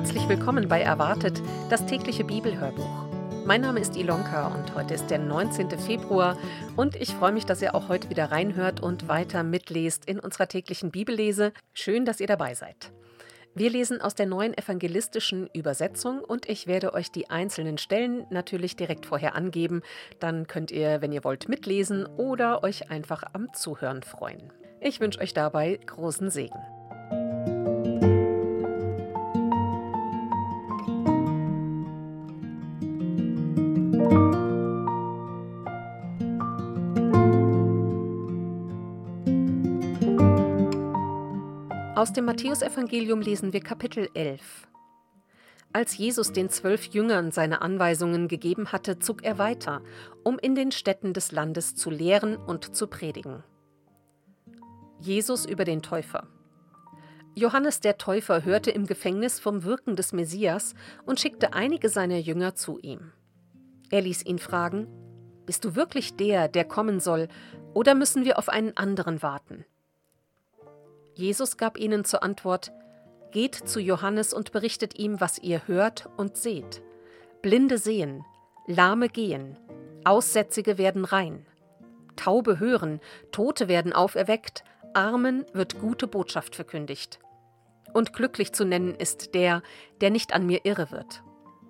Herzlich willkommen bei Erwartet, das tägliche Bibelhörbuch. Mein Name ist Ilonka und heute ist der 19. Februar und ich freue mich, dass ihr auch heute wieder reinhört und weiter mitlest in unserer täglichen Bibellese. Schön, dass ihr dabei seid. Wir lesen aus der neuen evangelistischen Übersetzung und ich werde euch die einzelnen Stellen natürlich direkt vorher angeben. Dann könnt ihr, wenn ihr wollt, mitlesen oder euch einfach am Zuhören freuen. Ich wünsche euch dabei großen Segen. Aus dem Matthäusevangelium lesen wir Kapitel 11. Als Jesus den 12 Jüngern seine Anweisungen gegeben hatte, zog er weiter, um in den Städten des Landes zu lehren und zu predigen. Jesus über den Täufer. Johannes der Täufer hörte im Gefängnis vom Wirken des Messias und schickte einige seiner Jünger zu ihm. Er ließ ihn fragen: Bist du wirklich der kommen soll, oder müssen wir auf einen anderen warten? Jesus gab ihnen zur Antwort: Geht zu Johannes und berichtet ihm, was ihr hört und seht. Blinde sehen, Lahme gehen, Aussätzige werden rein, Taube hören, Tote werden auferweckt, Armen wird gute Botschaft verkündigt. Und glücklich zu nennen ist der nicht an mir irre wird.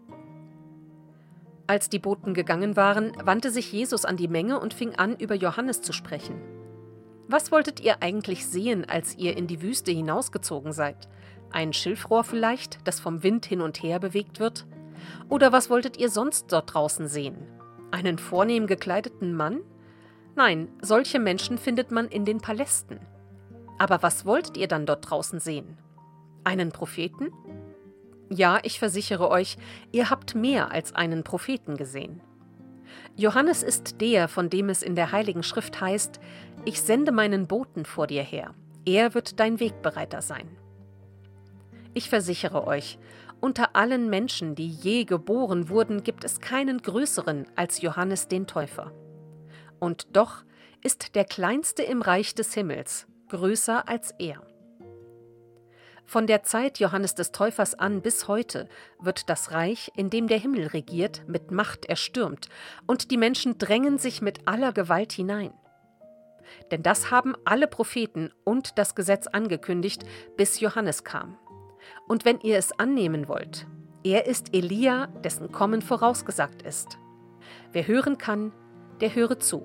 Als die Boten gegangen waren, wandte sich Jesus an die Menge und fing an, über Johannes zu sprechen. Was wolltet ihr eigentlich sehen, als ihr in die Wüste hinausgezogen seid? Ein Schilfrohr vielleicht, das vom Wind hin und her bewegt wird? Oder was wolltet ihr sonst dort draußen sehen? Einen vornehm gekleideten Mann? Nein, solche Menschen findet man in den Palästen. Aber was wolltet ihr dann dort draußen sehen? Einen Propheten? Ja, ich versichere euch, ihr habt mehr als einen Propheten gesehen. Johannes ist der, von dem es in der Heiligen Schrift heißt: Ich sende meinen Boten vor dir her, er wird dein Wegbereiter sein. Ich versichere euch, unter allen Menschen, die je geboren wurden, gibt es keinen größeren als Johannes den Täufer. Und doch ist der Kleinste im Reich des Himmels größer als er. Von der Zeit Johannes des Täufers an bis heute wird das Reich, in dem der Himmel regiert, mit Macht erstürmt, und die Menschen drängen sich mit aller Gewalt hinein. Denn das haben alle Propheten und das Gesetz angekündigt, bis Johannes kam. Und wenn ihr es annehmen wollt, er ist Elia, dessen Kommen vorausgesagt ist. Wer hören kann, der höre zu.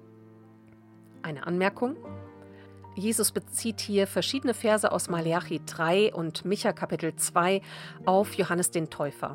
Eine Anmerkung: Jesus bezieht hier verschiedene Verse aus Maleachi 3 und Micha Kapitel 2 auf Johannes den Täufer.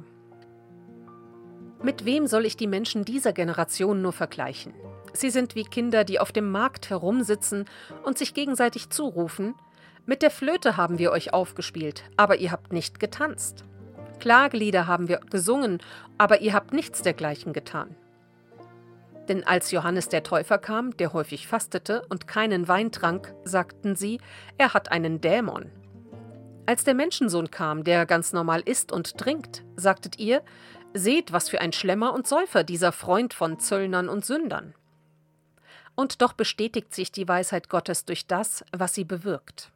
Mit wem soll ich die Menschen dieser Generation nur vergleichen? Sie sind wie Kinder, die auf dem Markt herumsitzen und sich gegenseitig zurufen: Mit der Flöte haben wir euch aufgespielt, aber ihr habt nicht getanzt. Klagelieder haben wir gesungen, aber ihr habt nichts dergleichen getan. Denn als Johannes der Täufer kam, der häufig fastete und keinen Wein trank, sagten sie, er hat einen Dämon. Als der Menschensohn kam, der ganz normal isst und trinkt, sagtet ihr, seht, was für ein Schlemmer und Säufer, dieser Freund von Zöllnern und Sündern. Und doch bestätigt sich die Weisheit Gottes durch das, was sie bewirkt.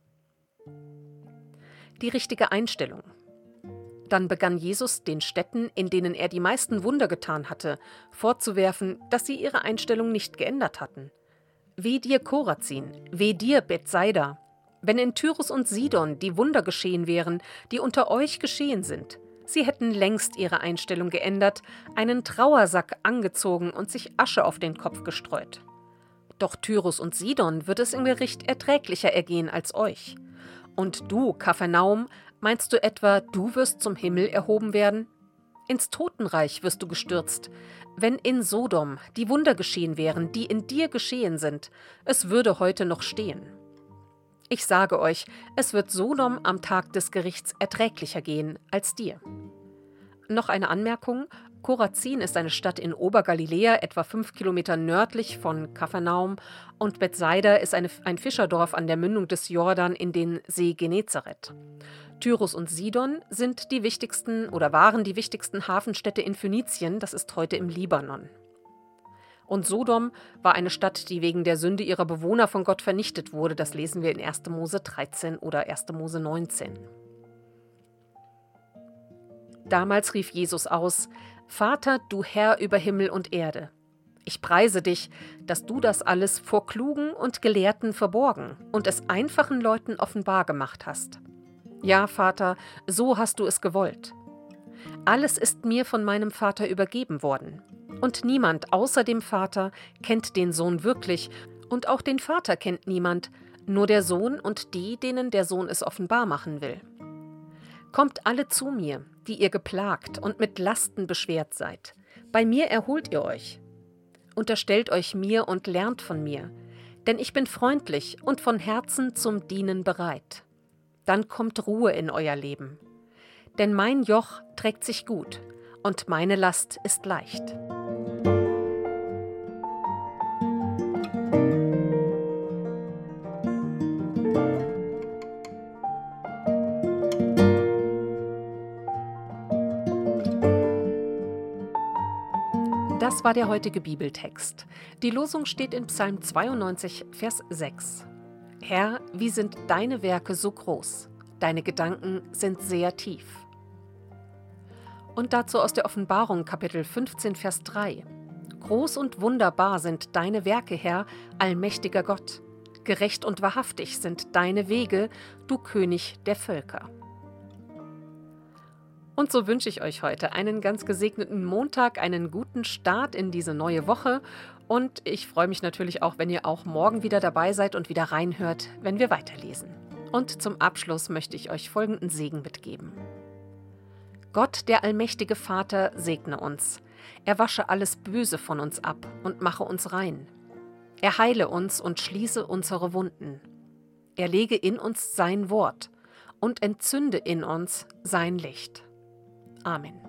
Die richtige Einstellung. Dann begann Jesus, den Städten, in denen er die meisten Wunder getan hatte, vorzuwerfen, dass sie ihre Einstellung nicht geändert hatten. Weh dir, Korazin, weh dir, Bethsaida, wenn in Tyrus und Sidon die Wunder geschehen wären, die unter euch geschehen sind. Sie hätten längst ihre Einstellung geändert, einen Trauersack angezogen und sich Asche auf den Kopf gestreut. Doch Tyrus und Sidon wird es im Gericht erträglicher ergehen als euch. Und du, Kapernaum, meinst du etwa, du wirst zum Himmel erhoben werden? Ins Totenreich wirst du gestürzt. Wenn in Sodom die Wunder geschehen wären, die in dir geschehen sind, es würde heute noch stehen. Ich sage euch, es wird Sodom am Tag des Gerichts erträglicher gehen als dir. Noch eine Anmerkung: Korazin ist eine Stadt in Obergaliläa, etwa 5 Kilometer nördlich von Kapernaum, und Bethsaida ist ein Fischerdorf an der Mündung des Jordan in den See Genezareth. Tyrus und Sidon sind die wichtigsten oder waren die wichtigsten Hafenstädte in Phönizien, das ist heute im Libanon. Und Sodom war eine Stadt, die wegen der Sünde ihrer Bewohner von Gott vernichtet wurde, das lesen wir in 1. Mose 13 oder 1. Mose 19. Damals rief Jesus aus: Vater, du Herr über Himmel und Erde, ich preise dich, dass du das alles vor Klugen und Gelehrten verborgen und es einfachen Leuten offenbar gemacht hast. Ja, Vater, so hast du es gewollt. Alles ist mir von meinem Vater übergeben worden. Und niemand außer dem Vater kennt den Sohn wirklich, und auch den Vater kennt niemand, nur der Sohn und die, denen der Sohn es offenbar machen will. Kommt alle zu mir, die ihr geplagt und mit Lasten beschwert seid. Bei mir erholt ihr euch. Unterstellt euch mir und lernt von mir, denn ich bin freundlich und von Herzen zum Dienen bereit. Dann kommt Ruhe in euer Leben. Denn mein Joch trägt sich gut und meine Last ist leicht. Das war der heutige Bibeltext. Die Losung steht in Psalm 92, Vers 6. Herr, wie sind deine Werke so groß? Deine Gedanken sind sehr tief. Und dazu aus der Offenbarung, Kapitel 15, Vers 3. Groß und wunderbar sind deine Werke, Herr, allmächtiger Gott. Gerecht und wahrhaftig sind deine Wege, du König der Völker. Und so wünsche ich euch heute einen ganz gesegneten Montag, einen guten Start in diese neue Woche. Und ich freue mich natürlich auch, wenn ihr auch morgen wieder dabei seid und wieder reinhört, wenn wir weiterlesen. Und zum Abschluss möchte ich euch folgenden Segen mitgeben. Gott, der allmächtige Vater, segne uns. Er wasche alles Böse von uns ab und mache uns rein. Er heile uns und schließe unsere Wunden. Er lege in uns sein Wort und entzünde in uns sein Licht. Amen.